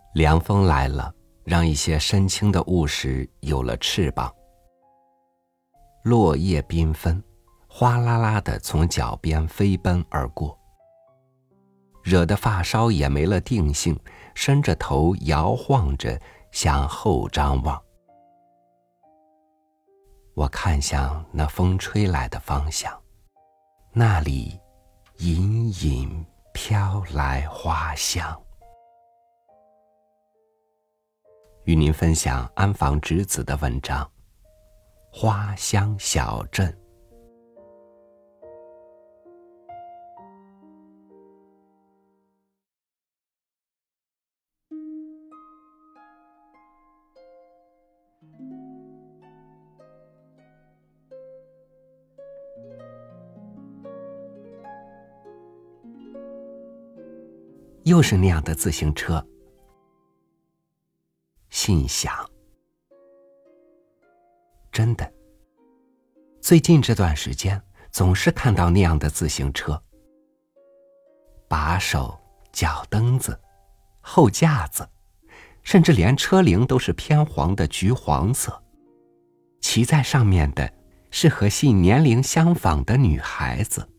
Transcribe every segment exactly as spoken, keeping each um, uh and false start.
凉风来了，让一些深青的物实有了翅膀。落叶缤纷，哗啦啦地从脚边飞奔而过，惹得发梢也没了定性，伸着头摇晃着向后张望。我看向那风吹来的方向，那里隐隐飘来花香。与您分享安房直子的文章《花香小镇》。又是那样的自行车，心想，真的，最近这段时间总是看到那样的自行车，把手、脚蹬子、后架子，甚至连车铃都是偏黄的橘黄色，骑在上面的是和信年龄相仿的女孩子。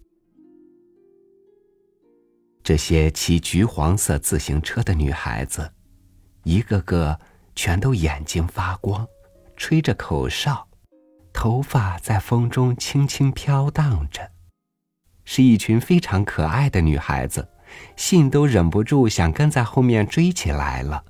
这些骑橘黄色自行车的女孩子，一个个全都眼睛发光，吹着口哨，头发在风中轻轻飘荡着，是一群非常可爱的女孩子，信都忍不住想跟在后面追起来了。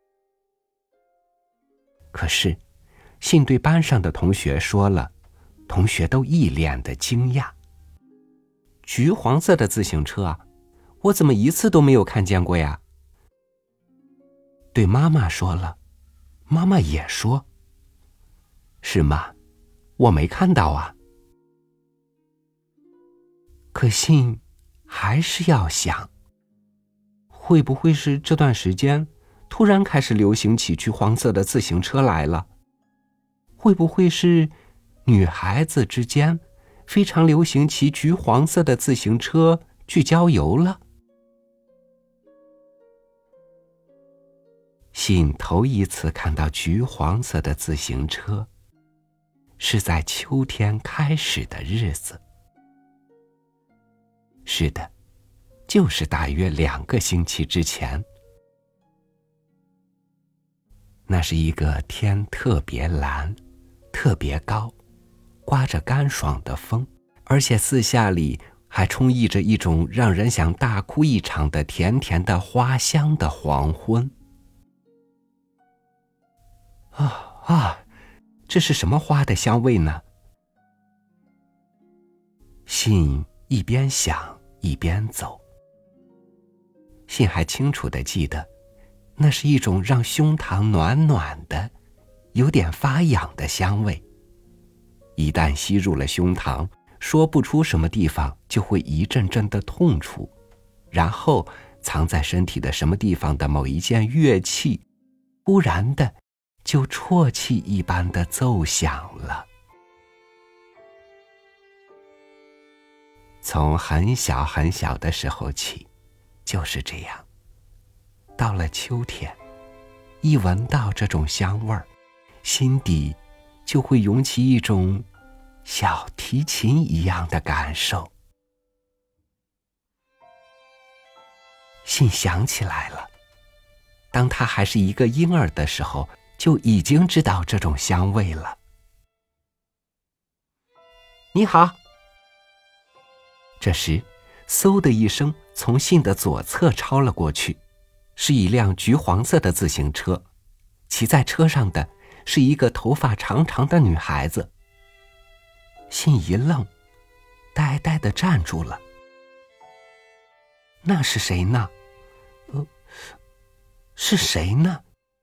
可是信对班上的同学说了，同学都一脸的惊讶，橘黄色的自行车啊，我怎么一次都没有看见过呀？对妈妈说了，妈妈也说，是吗？我没看到啊。可信还是要想，会不会是这段时间突然开始流行起橘黄色的自行车来了？会不会是女孩子之间非常流行骑橘黄色的自行车去郊游了？信头一次看到橘黄色的自行车，是在秋天开始的日子。是的，就是大约两个星期之前。那是一个天特别蓝，特别高，刮着干爽的风，而且四下里还充溢着一种让人想大哭一场的甜甜的花香的黄昏。啊啊，这是什么花的香味呢？信一边想一边走。信还清楚地记得，那是一种让胸膛暖暖的，有点发痒的香味。一旦吸入了胸膛，说不出什么地方就会一阵阵的痛楚，然后藏在身体的什么地方的某一件乐器，忽然的就啜泣一般的奏响了。从很小很小的时候起，就是这样。到了秋天，一闻到这种香味儿，心底就会涌起一种小提琴一样的感受。信想起来了，当他还是一个婴儿的时候，就已经知道这种香味了。你好。这时，嗖的一声从信的左侧超了过去，是一辆橘黄色的自行车，骑在车上的是一个头发长长的女孩子。信一愣，呆呆地站住了。那是谁呢？呃，是谁呢？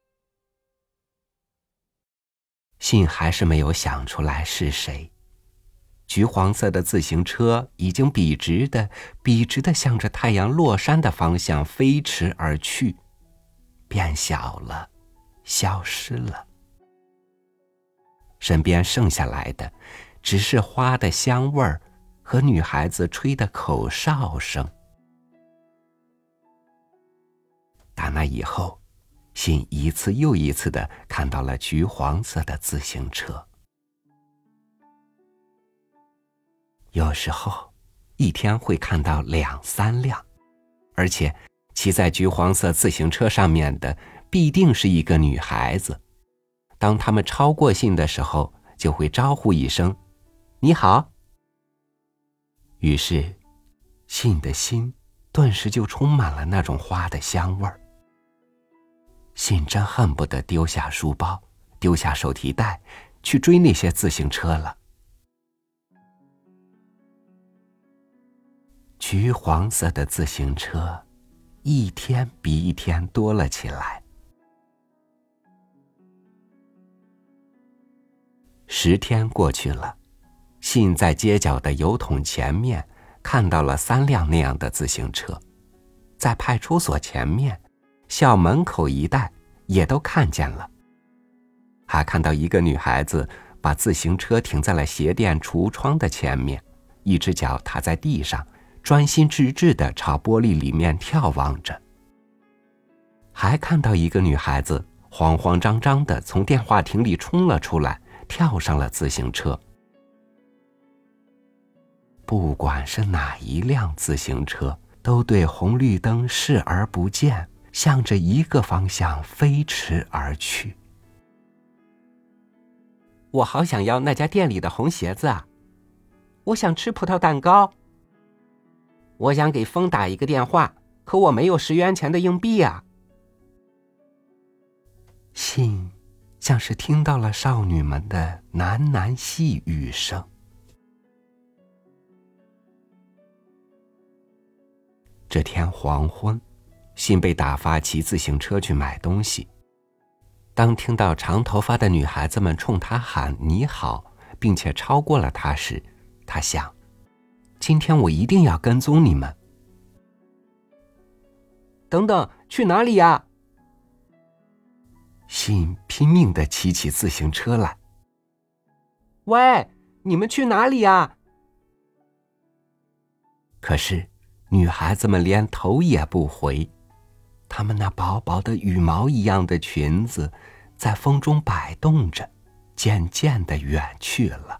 信还是没有想出来是谁。橘黄色的自行车已经笔直的、笔直的向着太阳落山的方向飞驰而去，变小了，消失了。身边剩下来的，只是花的香味儿和女孩子吹的口哨声。打那以后， 信一次又一次地看到了橘黄色的自行车。有时候一天会看到两三辆，而且骑在橘黄色自行车上面的必定是一个女孩子。当他们超过信的时候，就会招呼一声你好。于是信的心顿时就充满了那种花的香味儿。信真恨不得丢下书包，丢下手提袋，去追那些自行车了。橘黄色的自行车一天比一天多了起来。十天过去了，信在街角的油桶前面看到了三辆那样的自行车，在派出所前面、校门口一带也都看见了。还看到一个女孩子把自行车停在了鞋店橱窗的前面，一只脚踏在地上，专心致志地朝玻璃里面眺望着。还看到一个女孩子慌慌张张地从电话亭里冲了出来，跳上了自行车。不管是哪一辆自行车，都对红绿灯视而不见，向着一个方向飞驰而去。我好想要那家店里的红鞋子啊！我想吃葡萄蛋糕。我想给风打一个电话，可我没有十元钱的硬币啊！信像是听到了少女们的喃喃细语声。这天黄昏，信被打发骑自行车去买东西。当听到长头发的女孩子们冲他喊你好，并且超过了他时，他想，今天我一定要跟踪你们。等等，去哪里呀？信拼命地骑起自行车来。喂，你们去哪里呀？可是女孩子们连头也不回，她们那薄薄的羽毛一样的裙子在风中摆动着，渐渐地远去了。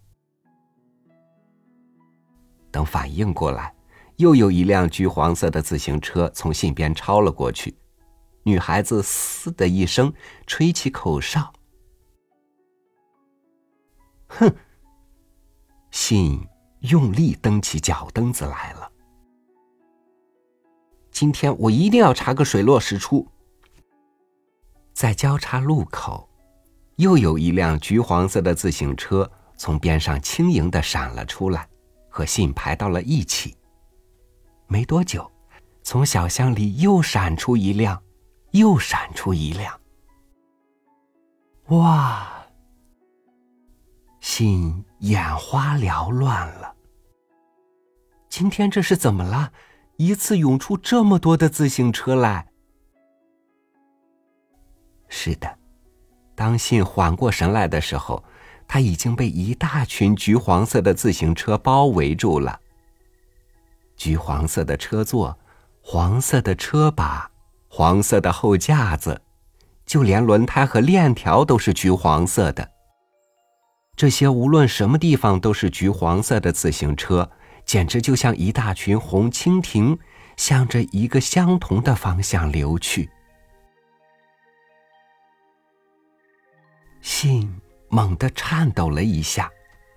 等反应过来，又有一辆橘黄色的自行车从信边超了过去。女孩子嘶的一声吹起口哨。哼！信用力蹬起脚蹬子来了。今天我一定要查个水落石出。在交叉路口，又有一辆橘黄色的自行车从边上轻盈地闪了出来，和信排到了一起。没多久，从小巷里又闪出一辆，又闪出一辆。哇！信眼花缭乱了。今天这是怎么了？一次涌出这么多的自行车来。是的，当信缓过神来的时候，他已经被一大群橘黄色的自行车包围住了。橘黄色的车座，黄色的车把，黄色的后架子，就连轮胎和链条都是橘黄色的。这些无论什么地方都是橘黄色的自行车，简直就像一大群红蜻蜓，向着一个相同的方向流去。信猛地颤抖了一下。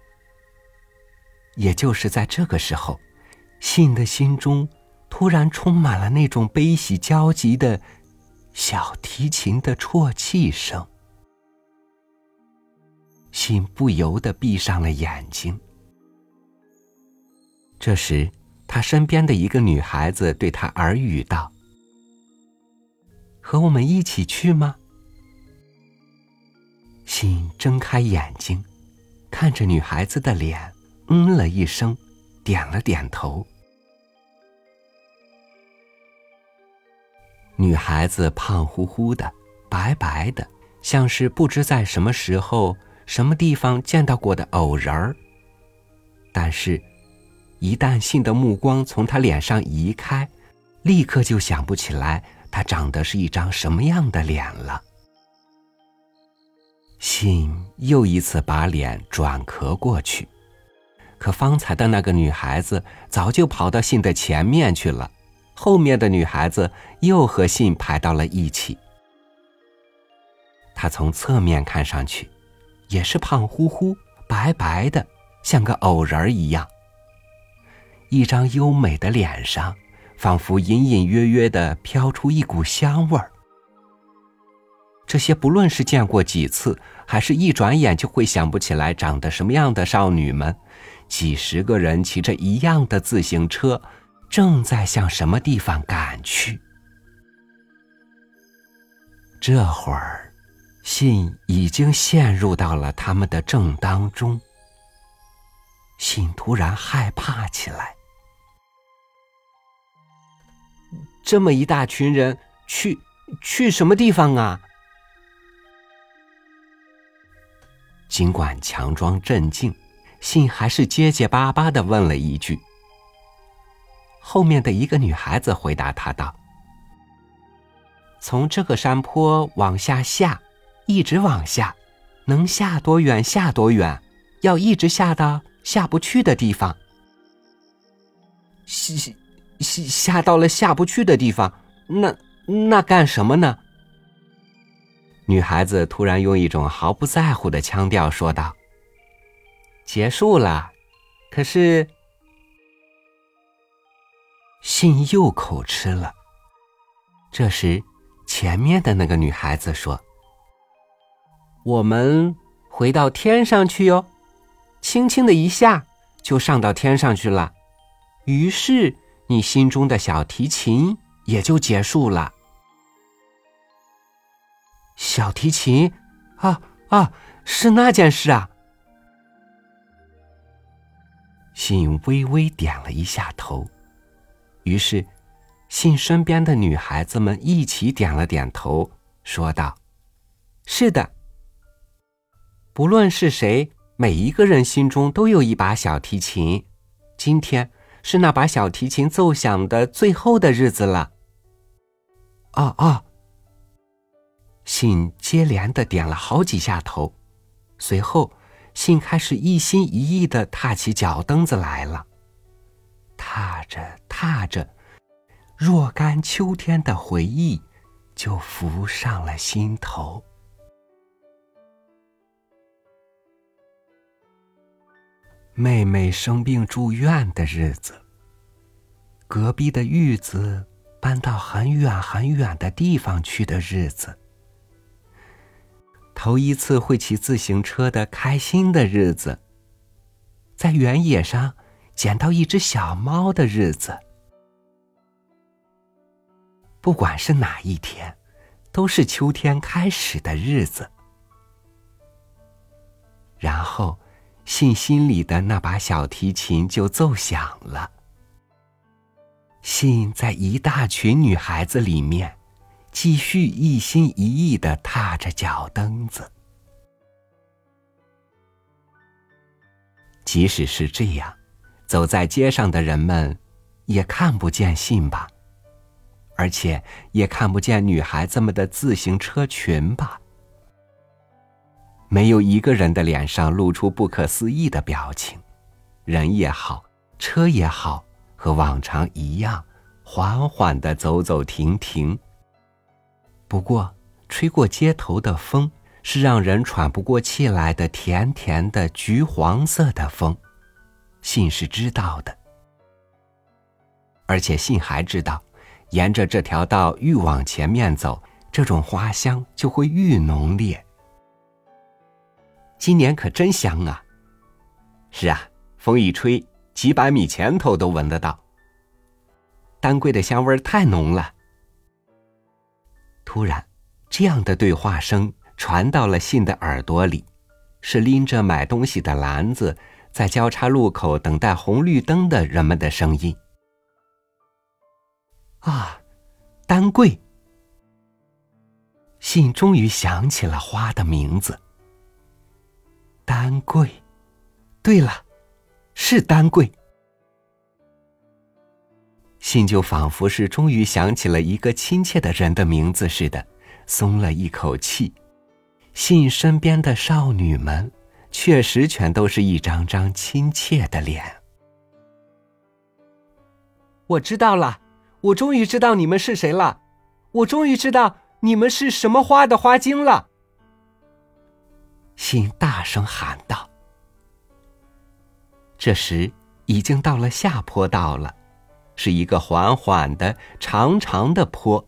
也就是在这个时候，信的心中突然充满了那种悲喜交集的小提琴的啜泣声。信不由地闭上了眼睛。这时，他身边的一个女孩子对他耳语道：“和我们一起去吗？”信睁开眼睛，看着女孩子的脸，嗯了一声，点了点头。女孩子胖乎乎的，白白的，像是不知在什么时候、什么地方见到过的偶人儿。但是，一旦信的目光从她脸上移开，立刻就想不起来它长得是一张什么样的脸了。信又一次把脸转壳过去，可方才的那个女孩子早就跑到信的前面去了，后面的女孩子又和信排到了一起。她从侧面看上去也是胖乎乎白白的，像个偶人一样。一张优美的脸上仿佛隐隐约约地飘出一股香味儿。这些不论是见过几次，还是一转眼就会想不起来长得什么样的少女们，几十个人骑着一样的自行车，正在向什么地方赶去。这会儿，信已经陷入到了他们的正当中。信突然害怕起来。这么一大群人，去去什么地方啊？尽管强装镇静，信还是结结巴巴地问了一句。后面的一个女孩子回答他道：从这个山坡往下下，一直往下，能下多远下多远，要一直下到下不去的地方。下下到了下不去的地方，那那干什么呢？女孩子突然用一种毫不在乎的腔调说道：结束了。可是信又口吃了。这时前面的那个女孩子说：我们回到天上去哟，轻轻的一下就上到天上去了，于是你心中的小提琴也就结束了。小提琴？啊啊，是那件事啊。信微微点了一下头，于是信身边的女孩子们一起点了点头，说道：是的。不论是谁，每一个人心中都有一把小提琴，今天是那把小提琴奏响的最后的日子了。哦哦，信接连地点了好几下头，随后信开始一心一意地踏起脚蹬子来了。踏着踏着，若干秋天的回忆就浮上了心头。妹妹生病住院的日子，隔壁的玉子搬到很远很远的地方去的日子，头一次会骑自行车的开心的日子，在原野上捡到一只小猫的日子。不管是哪一天，都是秋天开始的日子。然后信心里的那把小提琴就奏响了。信在一大群女孩子里面继续一心一意地踏着脚蹬子。即使是这样，走在街上的人们也看不见信吧，而且也看不见女孩子们的自行车裙吧。没有一个人的脸上露出不可思议的表情，人也好，车也好，和往常一样，缓缓地走走停停。不过，吹过街头的风是让人喘不过气来的甜甜的橘黄色的风，信是知道的。而且信还知道，沿着这条道愈往前面走，这种花香就会愈浓烈。今年可真香啊！是啊，风一吹，几百米前头都闻得到。丹桂的香味太浓了。突然，这样的对话声传到了信的耳朵里，是拎着买东西的篮子，在交叉路口等待红绿灯的人们的声音。啊，丹桂！信终于想起了花的名字。丹桂，对了，是丹桂。 信就仿佛是终于想起了一个亲切的人的名字似的，松了一口气。信身边的少女们确实全都是一张张亲切的脸。 我知道了，我终于知道你们是谁了，我终于知道你们是什么花的花精了。 信大声喊道。这时已经到了下坡道了，是一个缓缓的长长的坡。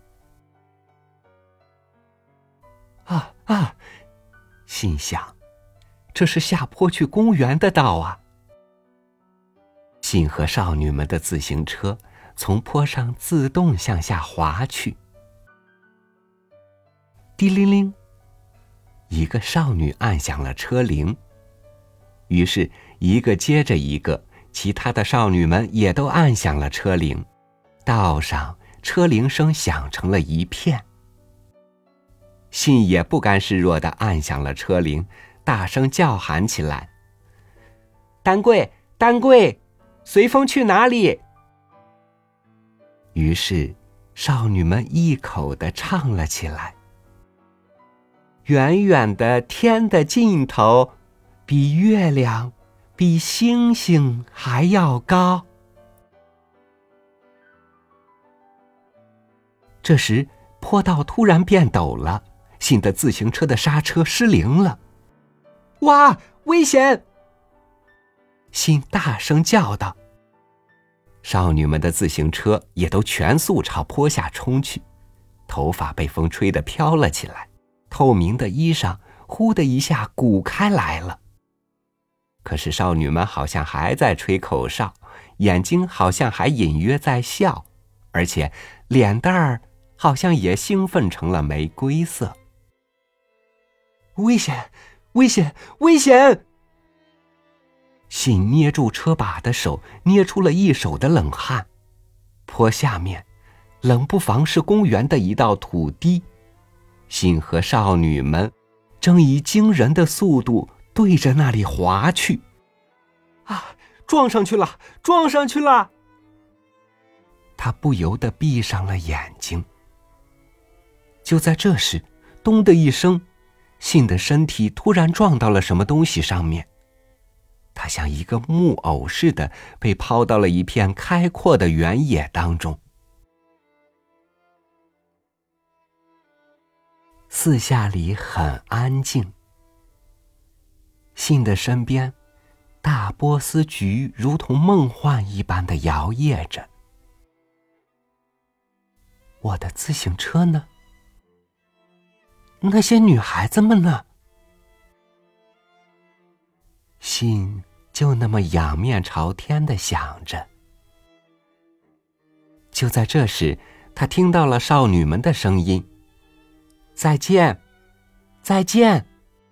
啊啊！心想，这是下坡去公园的道啊。信和少女们的自行车从坡上自动向下滑去。滴铃铃，一个少女按响了车铃，于是一个接着一个，其他的少女们也都按响了车铃，道上车铃声响成了一片。信也不甘示弱地按响了车铃，大声叫喊起来： 丹桂，丹桂，随风去哪里？ 于是少女们异口地唱了起来：远远的天的尽头，比月亮比星星还要高。这时坡道突然变陡了，信的自行车的刹车失灵了。 哇，危险！ 信大声叫道。少女们的自行车也都全速朝坡下冲去，头发被风吹得飘了起来，透明的衣裳呼的一下鼓开来了。可是少女们好像还在吹口哨，眼睛好像还隐约在笑，而且脸蛋儿好像也兴奋成了玫瑰色。 危险！危险！危险！ 信捏住车把的手捏出了一手的冷汗。坡下面冷不防是公园的一道土堤，信和少女们正以惊人的速度对着那里滑去。 啊，撞上去了，撞上去了！ 他不由得闭上了眼睛。就在这时，咚的一声，信的身体突然撞到了什么东西上面，他像一个木偶似的被抛到了一片开阔的原野当中。四下里很安静，信的身边，大波斯菊如同梦幻一般的摇曳着。我的自行车呢？那些女孩子们呢？信就那么仰面朝天地想着。就在这时，他听到了少女们的声音：再见，再见。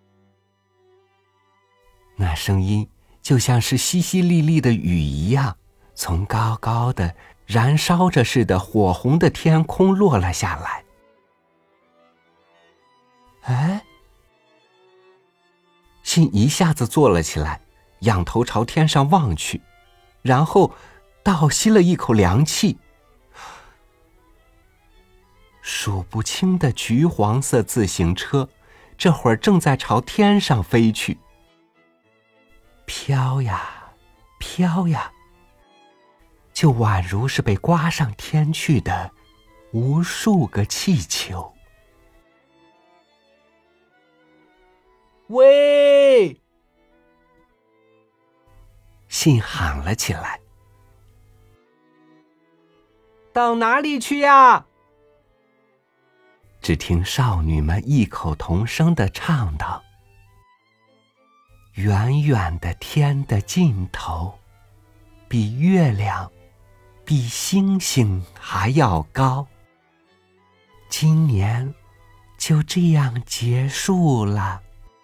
那声音就像是淅淅沥沥的雨一样，从高高的燃烧着似的火红的天空落了下来。哎，信一下子坐了起来，仰头朝天上望去，然后倒吸了一口凉气。数不清的橘黄色自行车这会儿正在朝天上飞去，飘呀飘呀，就宛如是被刮上天去的无数个气球。 喂！ 信喊了起来。 到哪里去呀？ 只听少女们异口同声地唱道：远远的天的尽头，比月亮比星星还要高。今年就这样结束了。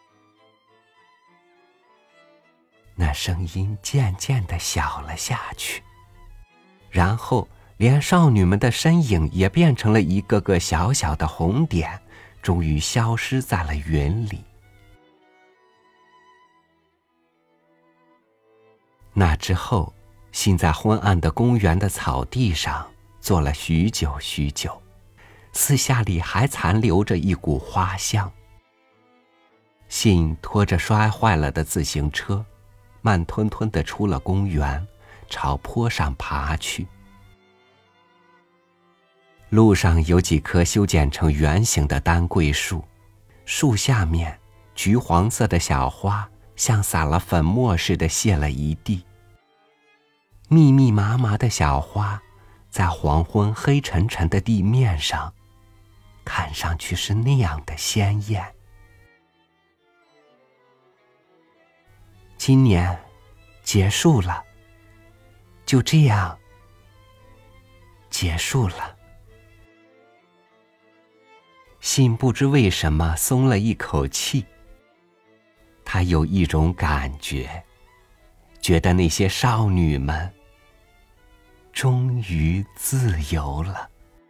那声音渐渐地小了下去，然后连少女们的身影也变成了一个个小小的红点，终于消失在了云里。那之后， 信在昏暗的公园的草地上坐了许久许久，四下里还残留着一股花香。信拖着摔坏了的自行车，慢吞吞地出了公园，朝坡上爬去。路上有几棵修剪成圆形的丹桂树，树下面橘黄色的小花像撒了粉末似的谢了一地。密密麻麻的小花在黄昏黑沉沉的地面上，看上去是那样的鲜艳。今年结束了，就这样结束了。信不知为什么松了一口气，他有一种感觉，觉得那些少女们终于自由了。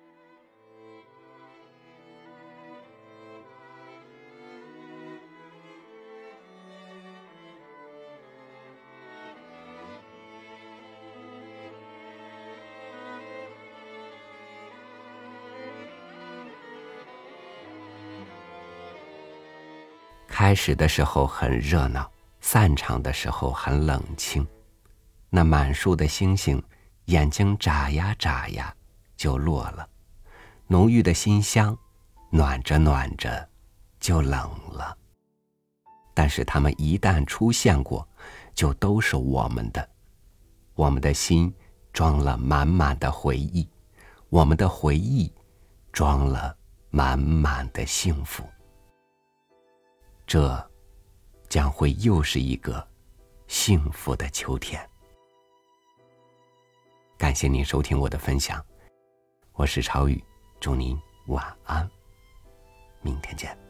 开始的时候很热闹，散场的时候很冷清。那满树的星星眼睛眨呀眨呀就落了，浓郁的馨香暖着暖着就冷了。但是它们一旦出现过，就都是我们的。我们的心装了满满的回忆，我们的回忆装了满满的幸福。这将会又是一个幸福的秋天。感谢您收听我的分享，我是朝雨，祝您晚安，明天见。